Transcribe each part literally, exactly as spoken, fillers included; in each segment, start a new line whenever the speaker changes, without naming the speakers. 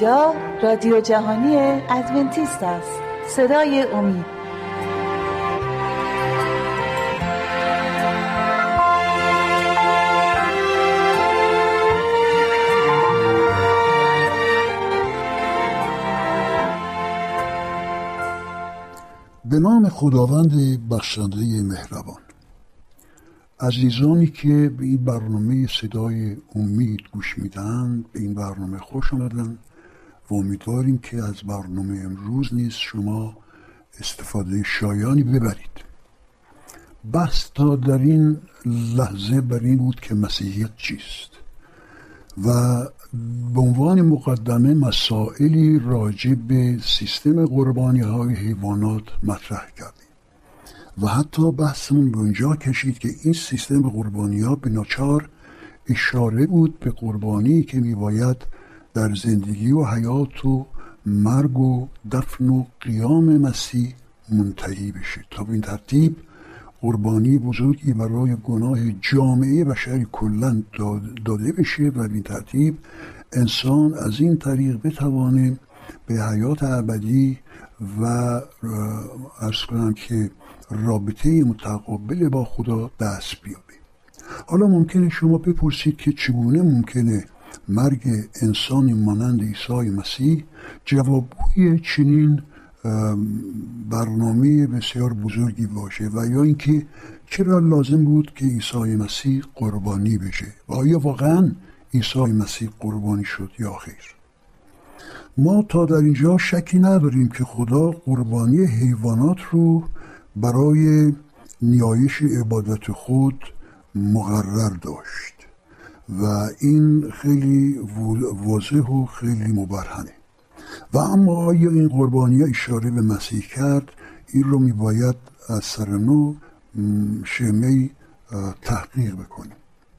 اینجا رادیو جهانی ادونتیست است، صدای امید.
به نام خداوند بخشنده مهربان. عزیزانی که به این برنامه صدای امید گوش میدن، به این برنامه خوش آمدن و امیدواریم که از برنامه امروز نیز شما استفاده شایانی ببرید. بحث تا در این لحظه بر این بود که مسیحیت چیست و به عنوان مقدمه مسائلی راجع به سیستم قربانی های حیوانات مطرح کردیم و حتی بحثمون به اونجا کشید که این سیستم قربانی ها به ناچار اشاره بود به قربانی که میباید در زندگی و حیات و مرگ و دفن و قیام مسیح منتهی بشه، تا به این ترتیب قربانی بزرگی برای گناه جامعه بشری کلن داده بشه و به این ترتیب انسان از این طریق بتوانه به حیات ابدی و عرض کنم که رابطه متقابل با خدا دست بیابه. حالا ممکنه شما بپرسید که چگونه ممکنه مرگ انسانی مانند عیسی مسیح جوابگوی چنین برنامه بسیار بزرگی باشه و یا اینکه چرا لازم بود که عیسی مسیح قربانی بشه و آیا واقعا عیسی مسیح قربانی شد یا خیر. ما تا در اینجا شکی نداریم که خدا قربانی حیوانات رو برای نیایش عبادت خود مقرر داشت و این خیلی واضح و خیلی مبرهنه. و اما آیا این قربانی ها اشاره به مسیح کرد؟ این رو میباید از سر نو شیمه تحقیق بکنیم.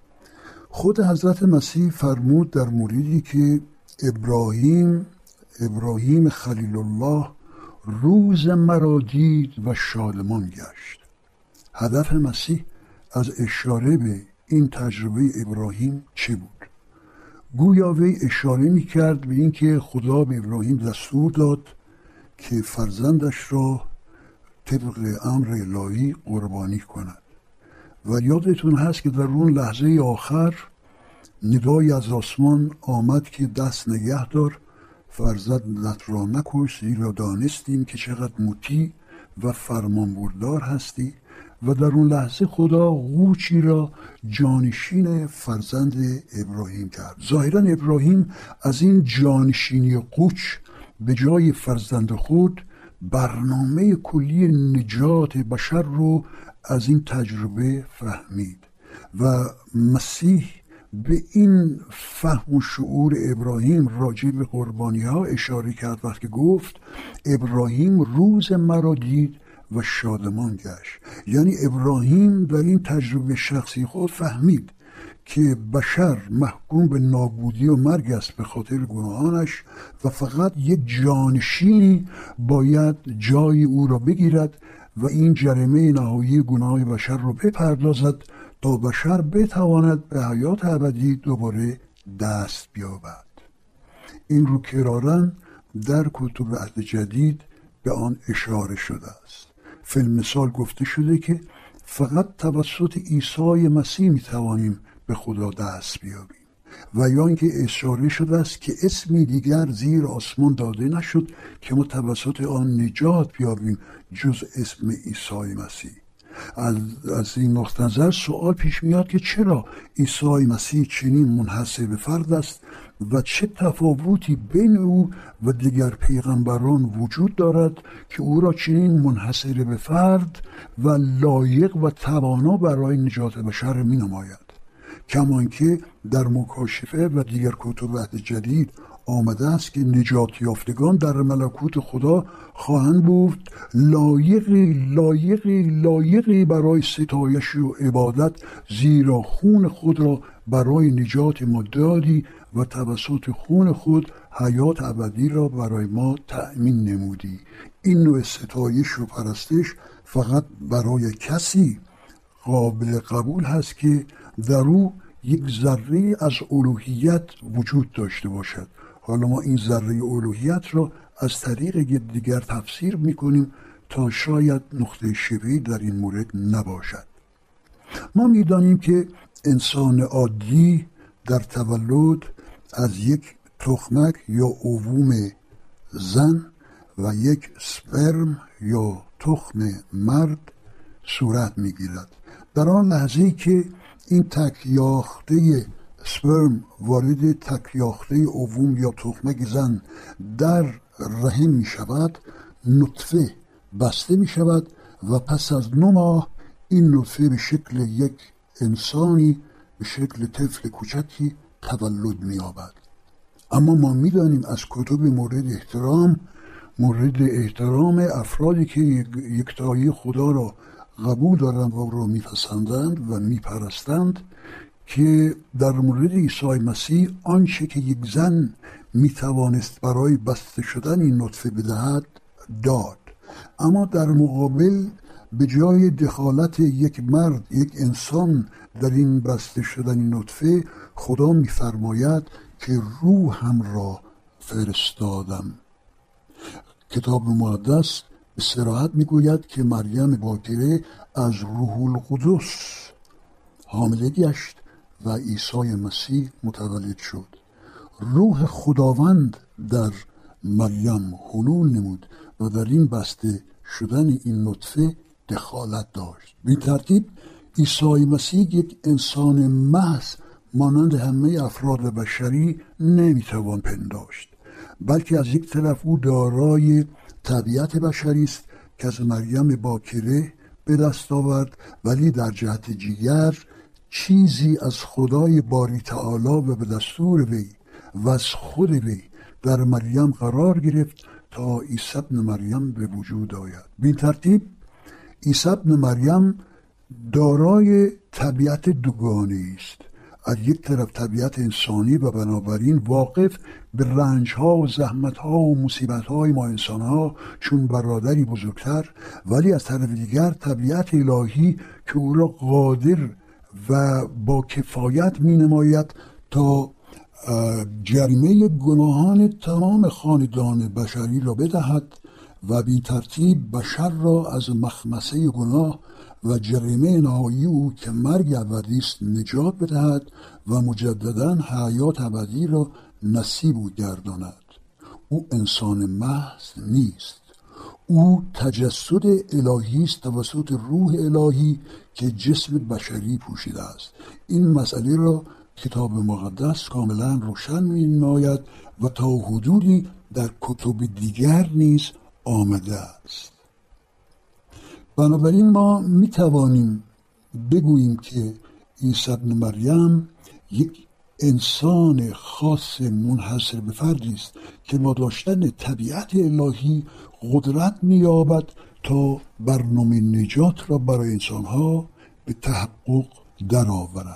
خود حضرت مسیح فرمود در موردی که ابراهیم ابراهیم خلیل الله روز مرا دید و شادمان گشت. هدف مسیح از اشاره به این تجربه ابراهیم چه بود؟ گویا وی اشاره می کرد به این که خدا به ابراهیم دستور داد که فرزندش را طبق امر الهی قربانی کند و یادتون هست که در اون لحظه آخر ندای از آسمان آمد که دست نگه دار، فرزندت را نکش، زیرا دانستیم که چقدر مطیع و فرمانبردار هستی. و در اون لحظه خدا قوچی را جانشین فرزند ابراهیم کرد. ظاهرا ابراهیم از این جانشینی قوچ به جای فرزند خود برنامه کلی نجات بشر رو از این تجربه فهمید و مسیح به این فهم و شعور ابراهیم راجع به قربانی ها اشاره کرد وقتی گفت ابراهیم روز مرا دید و شادمان گشت. یعنی ابراهیم در این تجربه شخصی خود فهمید که بشر محکوم به نابودی و مرگ است به خاطر گناهانش و فقط یک جانشینی باید جای او را بگیرد و این جریمه نهایی گناه بشر را بپردازد تا بشر بتواند به حیات ابدی دوباره دست بیابد. این رو کراراً در کتب عهد جدید به آن اشاره شده است. فی مثال گفته شده که فقط توسط عیسی مسیح میتوانیم به خدا دست بیابیم و یا اینکه اشاره شده است که اسمی دیگر زیر آسمان داده نشد که ما توسط آن نجات بیابیم جز اسم عیسی مسیح. از, از این نقطه نظر سوال پیش میاد که چرا عیسی مسیح چنین منحصر به فرد است و چه تفاوتی بین او و دیگر پیغمبران وجود دارد که او را چنین منحصر به فرد و لایق و توانا برای نجات بشر می نماید. کمان که در مکاشفه و دیگر کتب عهد جدید آمده است که نجات یافتگان در ملکوت خدا خواهند بود لایقی لایقی لایقی برای ستایش و عبادت، زیرا خون خود را برای نجات ما دادی و توسط خون خود حیات ابدی را برای ما تأمین نمودی. این نوع ستایش و پرستش فقط برای کسی قابل قبول هست که در او یک ذره از الوهیت وجود داشته باشد حالا ما این ذره الوهیت رو از طریق دیگر تفسیر میکنیم تا شاید نقطه شبهی در این مورد نباشد. ما میدانیم که انسان عادی در تولد از یک تخمک یا اووم زن و یک سپرم یا تخم مرد صورت میگیرد. در آن لحظه‌ای که این تکیاخته سپرم وارد تکیاخته اووم یا تخمک زن در رحم می شود، نطفه بسته می شود و پس از نه ماه این نطفه به شکل یک انسانی، به شکل طفل کوچکی تولد می یابد. اما ما می دانیم از کتب مورد احترام مورد احترام افرادی که یکتایی خدا را قبول دارند و را می پسندند و می پرستند که در مورد عیسی مسیح آنچه که یک زن می توانست برای بسته شدن این نطفه بدهد داد، اما در مقابل به جای دخالت یک مرد، یک انسان در این بسته شدن این نطفه، خدا می فرماید که روحم را فرستادم. کتاب مقدس به صراحت می گوید که مریم باکره از روح القدس حامله گشت و عیسی مسیح متولد شد. روح خداوند در مریم حلول نمود و در این بسته شدن این نطفه دخالت داشت. به این ترتیب عیسی مسیح یک انسان محض مانند همه افراد بشری نمیتوان پنداشت، بلکه از یک طرف او دارای طبیعت بشری است که از مریم باکره به دست آورد، ولی در جهت دیگر چیزی از خدای باری تعالی و به دستور وی و از خود وی در مریم قرار گرفت تا عیسی ابن مریم به وجود آید. به این ترتیب عیسی ابن مریم دارای طبیعت دوگانه است. از یک طرف طبیعت انسانی و بنابراین واقف به رنج‌ها و زحمت‌ها و مصیبت‌های ما انسان‌ها چون برادری بزرگتر، ولی از طرف دیگر طبیعت الهی که او را قادر و با کفایت می‌نماید تا جریمه گناهان تمام خاندان بشری را بدهد و به ترتیب بشر را از مخمسه گناه و جریمه نهایی او که مرگ ابدی است نجات بدهد و مجددا حیات ابدی را نصیب او گرداند. او انسان محض نیست، او تجسد الهی است توسط روح الهی که جسم بشری پوشیده است. این مسئله را کتاب مقدس کاملا روشن می‌نماید و تا حدودی در کتب دیگر نیز آمده است. بنابراین ما می توانیم بگوییم که عیسی ابن مریم یک انسان خاص منحصر به فردی است که با داشتن طبیعت الهی قدرت می یابد تا برنامه نجات را برای انسانها به تحقق درآورد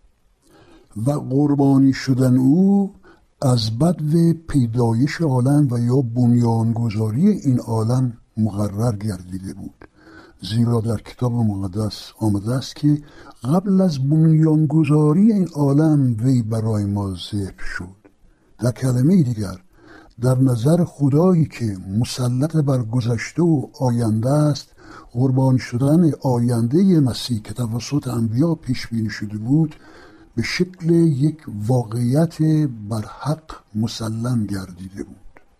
و قربانی شدن او از بدو پیدایش عالم و یا بنیانگذاری این عالم مقرر گردیده بود، زیرا در کتاب مقدس آمده است که قبل از بنیانگذاری این عالم وی برای ما ذبح شد. در کلمه دیگر در نظر خدایی که مسلط بر گذشته و آینده است، قربان شدن آینده مسیح که توسط انبیا پیش بینی شده بود به شکل یک واقعیت برحق مسلم گردیده بود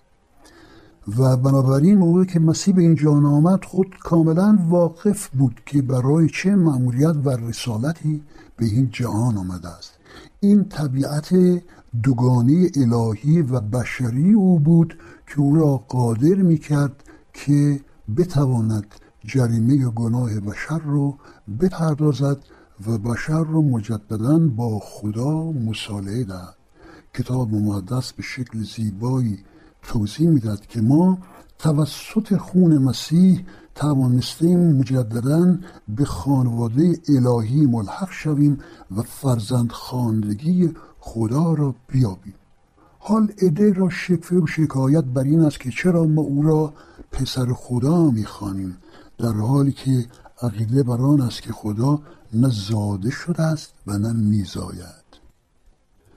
و بنابراین موقعی که مسیح به این جهان آمد خود کاملا واقف بود که برای چه مأموریت و رسالتی به این جهان آمده است. این طبیعت دوگانه الهی و بشری او بود که او را قادر می‌کرد که بتواند جریمه گناه بشر رو بپردازد و بشر رو مجدداً با خدا مصالحه دهد. کتاب مقدس به شکل زیبایی توضیح میداد که ما توسط خون مسیح توانستیم مجدداً به خانواده الهی ملحق شویم و فرزند خواندگی خدا را بیابیم. حال عده را شکوه و شکایت بر این است که چرا ما او را پسر خدا میخوانیم، در حالی که عقیده بر آن است که خدا نه زاده شده است و نه میزاید.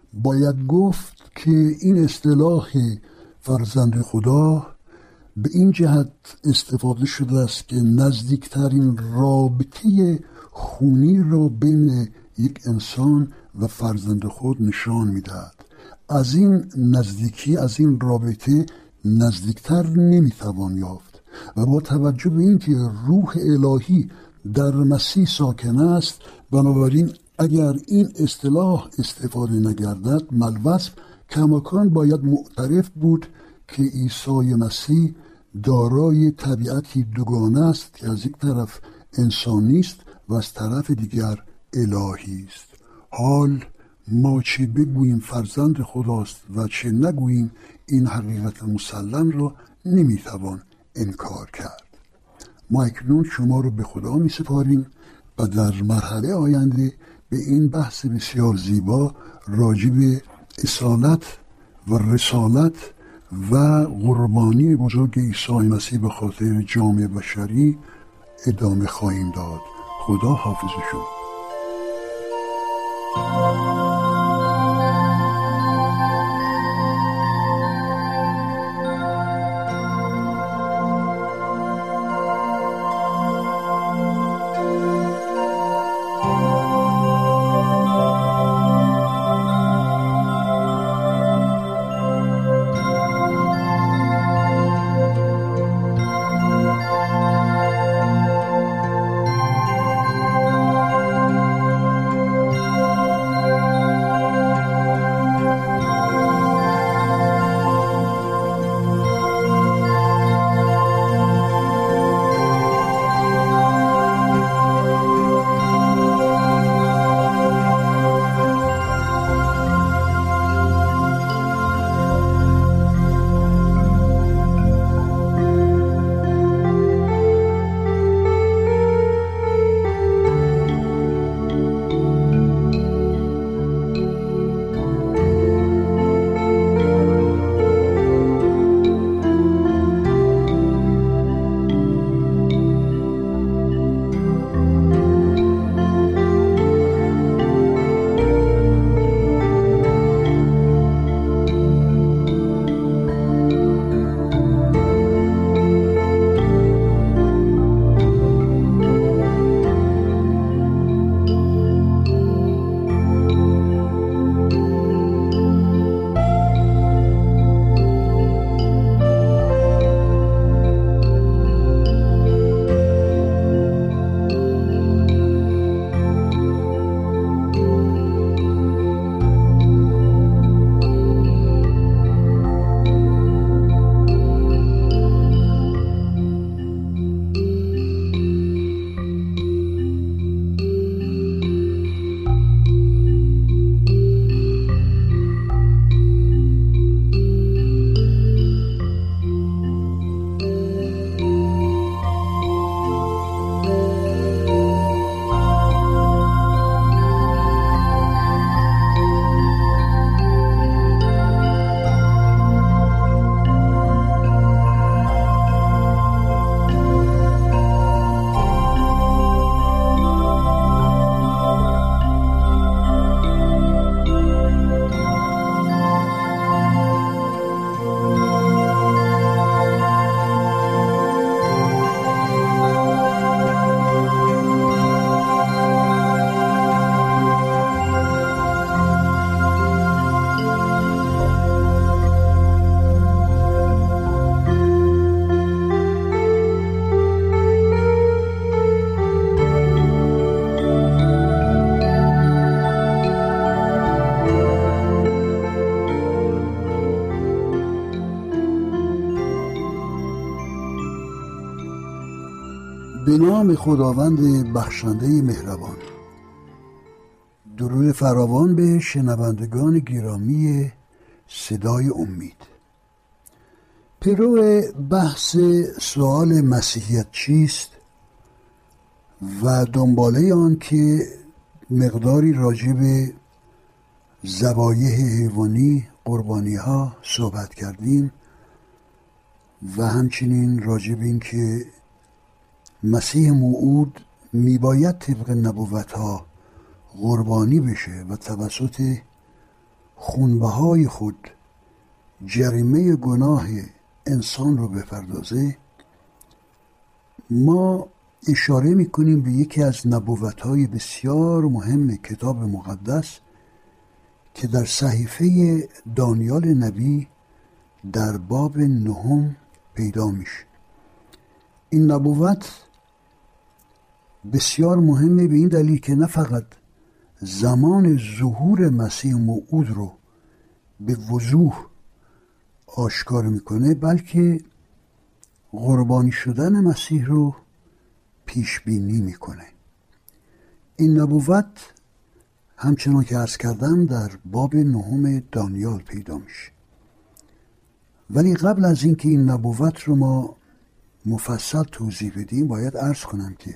باید گفت که این اصطلاح فرزند خدا به این جهت استفاده شده است که نزدیکترین رابطه خونی را بین یک انسان و فرزند خود نشان می‌دهد. از این نزدیکی، از این رابطه نزدیکتر نمیتوان یافت و با توجه به اینکه روح الهی در مسیح ساکن است، بنابراین اگر این اصطلاح استفاده نگردد ملوث، کماکان باید معترف بود که عیسی مسیح دارای طبیعتی دوگانه است که از یک طرف انسانی است و از طرف دیگر الهی است. حال ما چه بگوییم فرزند خداست و چه نگوییم، این حقیقت مسلم را نمیتوان انکار کرد. ما اکنون شما رو به خدا می سپاریم و در مرحله آینده به این بحث بسیار زیبا راجع به اصالت و رسالت و قربانی بزرگ عیسی مسیح به خاطر جامعه بشری ادامه خواهیم داد. خدا حافظ شما. به نام خداوند بخشنده مهربان. درود فراوان به شنوندگان گرامی صدای امید. پیرو بحث سوال مسیحیت چیست و دنباله آن که مقداری راجع به ذبایح حیوانی، قربانی ها صحبت کردیم و همچنین راجع به این که مسیح موعود میباید طبق نبوت ها قربانی بشه و توسط خونبهای خود جریمه گناه انسان رو بپردازه، ما اشاره میکنیم به یکی از نبوت‌های بسیار مهم کتاب مقدس که در صحیفه دانیال نبی در باب نهم پیدا میشه. این نبوت بسیار مهمه به این دلیل که نه فقط زمان ظهور مسیح موعود رو به وضوح آشکار میکنه، بلکه قربانی شدن مسیح رو پیش بینی میکنه. این نبوت همچنان که عرض کردم در باب نهم دانیال پیدا میشه. ولی قبل از اینکه این نبوت رو ما مفصل توضیح بدیم، باید عرض کنم که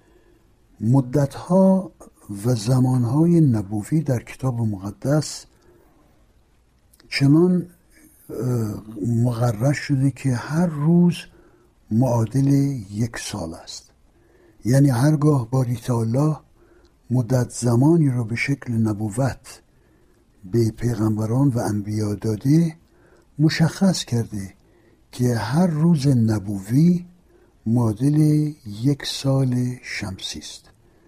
مدتها و زمانهای نبوی در کتاب مقدس چنان مقرر شده که هر روز معادل یک سال است. یعنی هرگاه باری تعالی مدت زمانی رو به شکل نبوت به پیغمبران و انبیا داده، مشخص کرده که هر روز نبوی معادل یک سال شمسی است.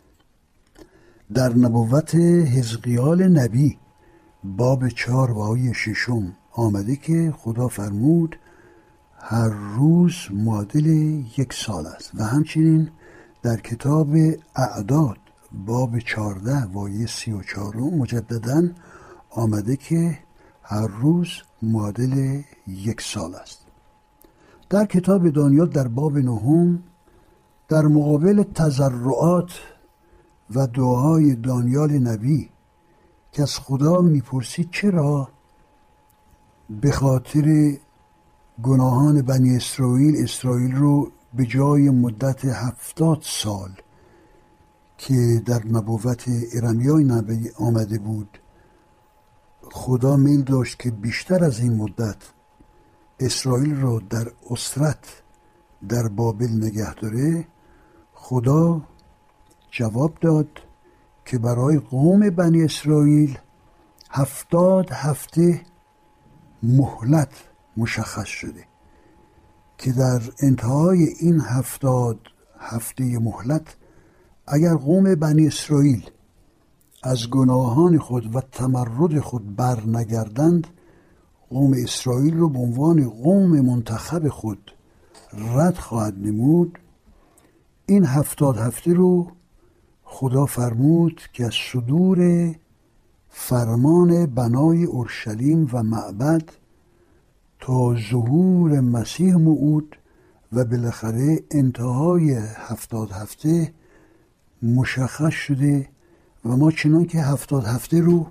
در نبوت حزقیال نبی باب چهار و آیه ششم آمده که خدا فرمود هر روز معادل یک سال است، و همچنین در کتاب اعداد باب چهارده و آیه سی و چهارم مجدداً آمده که هر روز معادل یک سال است. در کتاب دانیال در باب نهم در مقابل تضرعات و دعای دانیال نبی که از خدا میپرسید چرا به خاطر گناهان بنی اسرائیل اسرائیل رو به جای مدت هفتاد سال که در نبوت ارمیا نبی آمده بود، خدا میل داشت که بیشتر از این مدت اسرائیل رو در اسرت در بابل نگه داره، خدا جواب داد که برای قوم بنی اسرائیل هفتاد هفته مهلت مشخص شده که در انتهای این هفتاد هفته مهلت اگر قوم بنی اسرائیل از گناهان خود و تمرد خود بر نگردند، قوم اسرائیل رو به عنوان قوم منتخب خود رد خواهد نمود. این هفتاد هفته رو خدا فرمود که از صدور فرمان بنای اورشلیم و معبد تا ظهور مسیح موعود و بالاخره انتهای هفتاد هفته مشخص شده، و ما چنان که هفتاد هفته رو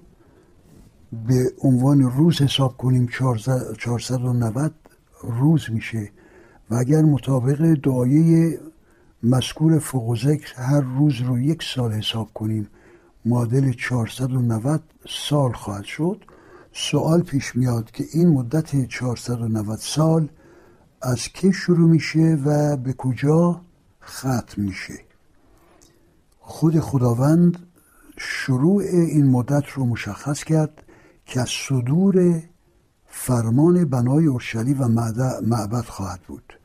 به عنوان روز حساب کنیم چهارصد و نود روز میشه، و اگر مطابق دعایه مذکور فوق ذکر هر روز رو یک سال حساب کنیم معادل چهارصد و نود سال خواهد شد. سوال پیش میاد که این مدت چهارصد و نود سال از کی شروع میشه و به کجا ختم میشه؟ خود خداوند شروع این مدت رو مشخص کرد که از صدور فرمان بنای اورشلیم و معبد خواهد بود.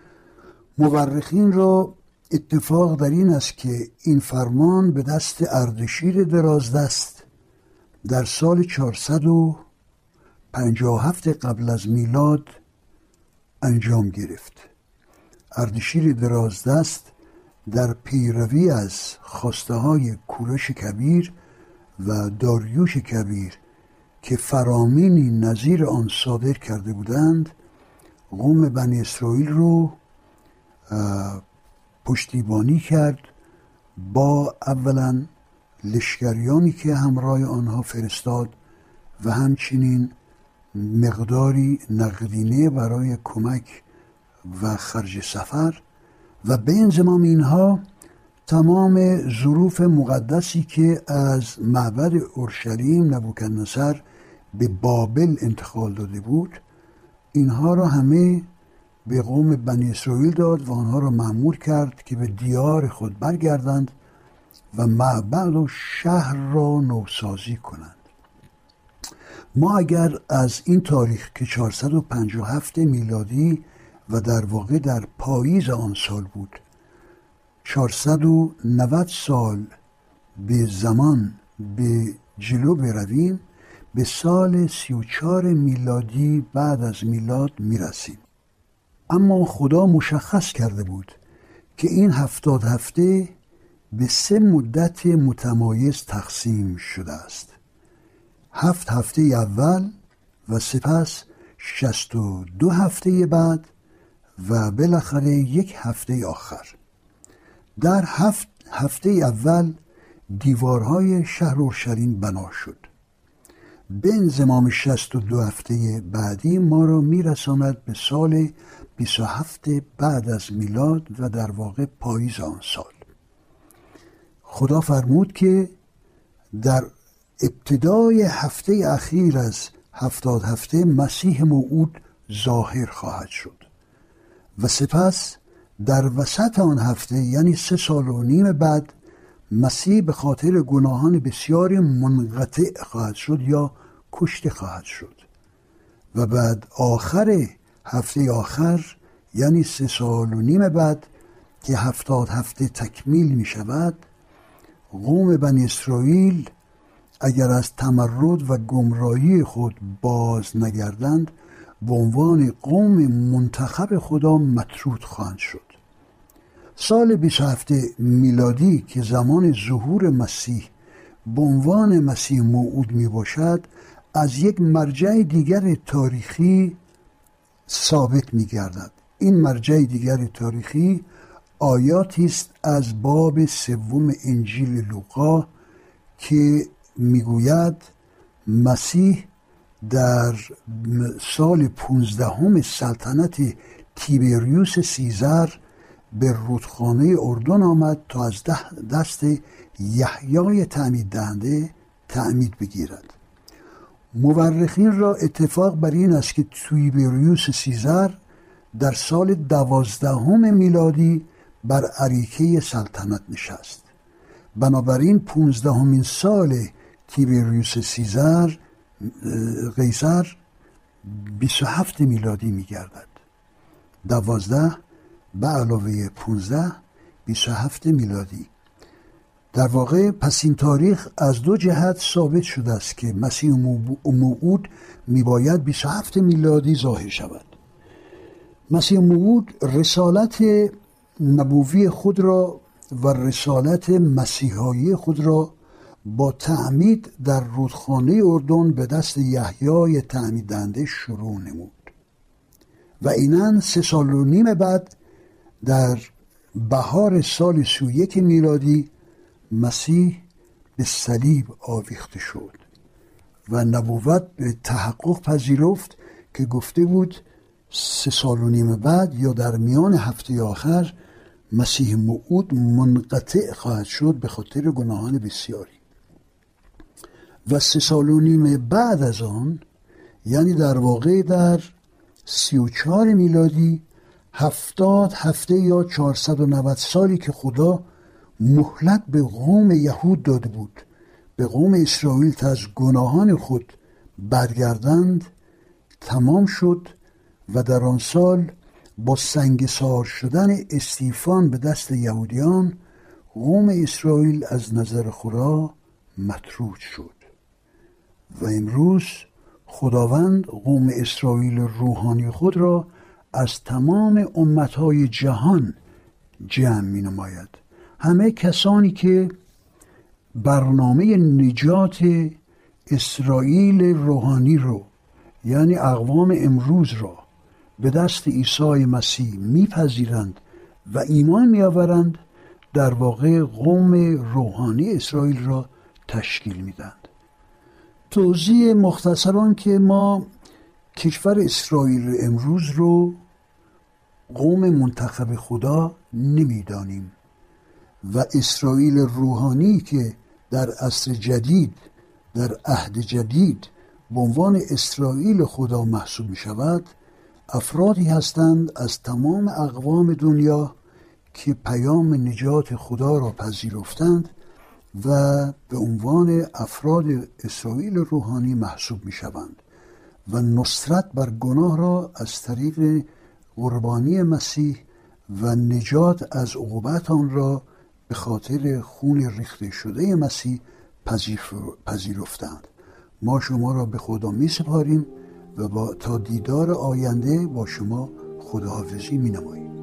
مورخین را اتفاق در این است که این فرمان به دست اردشیر درازدست در سال چهارصد و پنجاه و هفت قبل از میلاد انجام گرفت. اردشیر درازدست در پیروی از خواسته های کوروش کبیر و داریوش کبیر که فرامینی نظیر آن صادر کرده بودند، قوم بنی اسرائیل رو پشتیبانی کرد با اولا لشکریانی که همراه آنها فرستاد و همچنین مقداری نقدینه برای کمک و خرج سفر، و به انضمام اینها تمام ظروف مقدسی که از معبد اورشلیم نبوکدنصر به بابل انتقال داده بود، اینها را همه به قوم بنی اسرائیل داد و آنها را مأمور کرد که به دیار خود برگردند و معبد و شهر را نوسازی کنند. ما اگر از این تاریخ که چهارصد و پنجاه و هفت میلادی و در واقع در پاییز آن سال بود چهارصد و نود سال به زمان به جلو برویم، به سال سی و چهار میلادی بعد از میلاد میرسیم. اما خدا مشخص کرده بود که این هفتاد هفته به سه مدت متمایز تقسیم شده است. هفت هفته اول و سپس شصت و دو هفته بعد و بالاخره یک هفته آخر. در هفت هفته اول دیوارهای شهر اورشلیم بنا شد. به انضمام شصت و دو هفته بعدی ما را میرساند به سال بیست و هفت بعد از میلاد و در واقع پاییز آن سال. خدا فرمود که در ابتدای هفته اخیر از هفتاد هفته مسیح موعود ظاهر خواهد شد و سپس در وسط آن هفته یعنی سه سال و نیم بعد مسیح به خاطر گناهان بسیاری منقطع خواهد شد یا کشته خواهد شد و بعد آخر هفته آخر یعنی سه سال و نیم بعد که هفتاد هفته تکمیل می شود، قوم بنی اسرائیل اگر از تمرد و گمراهی خود باز نگردند به عنوان قوم منتخب خدا مطرود خواهند شد. سال بیست و هفت میلادی که زمان ظهور مسیح به عنوان مسیح موعود می باشد، از یک مرجع دیگر تاریخی ثابت می گردد. این مرجع دیگر تاریخی آیاتی است از باب سوم انجیل لوقا که میگوید مسیح در سال پونزدهم سلطنت تیبریوس سیزر به رودخانه اردن آمد تا از دست یحیای تعمید دهنده تعمید بگیرد. مورخین را اتفاق بر این است که تیبریوس سیزر در سال دوازدهم میلادی بر اریکه سلطنت نشست. بنابراین پونزدهمین سال تیبریوس سیزر قیصر بیست و هفت میلادی میگردد. دوازده به علاوه پونزده بیست و هفت میلادی. در واقع پس این تاریخ از دو جهت ثابت شده است که مسیح موعود میباید بیست و هفت میلادی ظاهر شود. مسیح موعود رسالت نبوی خود را و رسالت مسیحایی خود را با تعمید در رودخانه اردن به دست یحیای تعمید دهنده شروع نمود و اینن سه سال و نیم بعد در بهار سال سی و یک میلادی مسیح به صلیب آویخته شد و نبوت به تحقق پذیرفت که گفته بود سه سال و نیم بعد یا در میان هفته آخر مسیح موعود منقطع خواهد شد به خاطر گناهان بسیاری. و سه سال و نیم بعد از آن یعنی در واقع در سی و چهار میلادی هفتاد هفته یا چهارصد و نود سالی که خدا مهلت به قوم یهود داده بود به قوم اسرائیل تا از گناهان خود برگردند تمام شد و در آن سال با سنگسار شدن استیفان به دست یهودیان قوم اسرائیل از نظر خدا مطرود شد و امروز خداوند قوم اسرائیل روحانی خود را از تمام امتهای جهان جمع می نماید. همه کسانی که برنامه نجات اسرائیل روحانی رو یعنی اقوام امروز را به دست عیسی مسیح میپذیرند و ایمان میآورند در واقع قوم روحانی اسرائیل را تشکیل میدند. توضیح مختصران که ما کشور اسرائیل امروز رو قوم منتخب خدا نمیدانیم و اسرائیل روحانی که در عصر جدید در عهد جدید به عنوان اسرائیل خدا محسوب می شود افرادی هستند از تمام اقوام دنیا که پیام نجات خدا را پذیرفتند و به عنوان افراد اسرائیل روحانی محسوب می شوند و نصرت بر گناه را از طریق قربانی مسیح و نجات از عقوبت آن را به خاطر خون ریخته شده مسیح پذیرفتند. ما شما را به خدا می سپاریم و با تا دیدار آینده با شما خداحافظی می نماییم.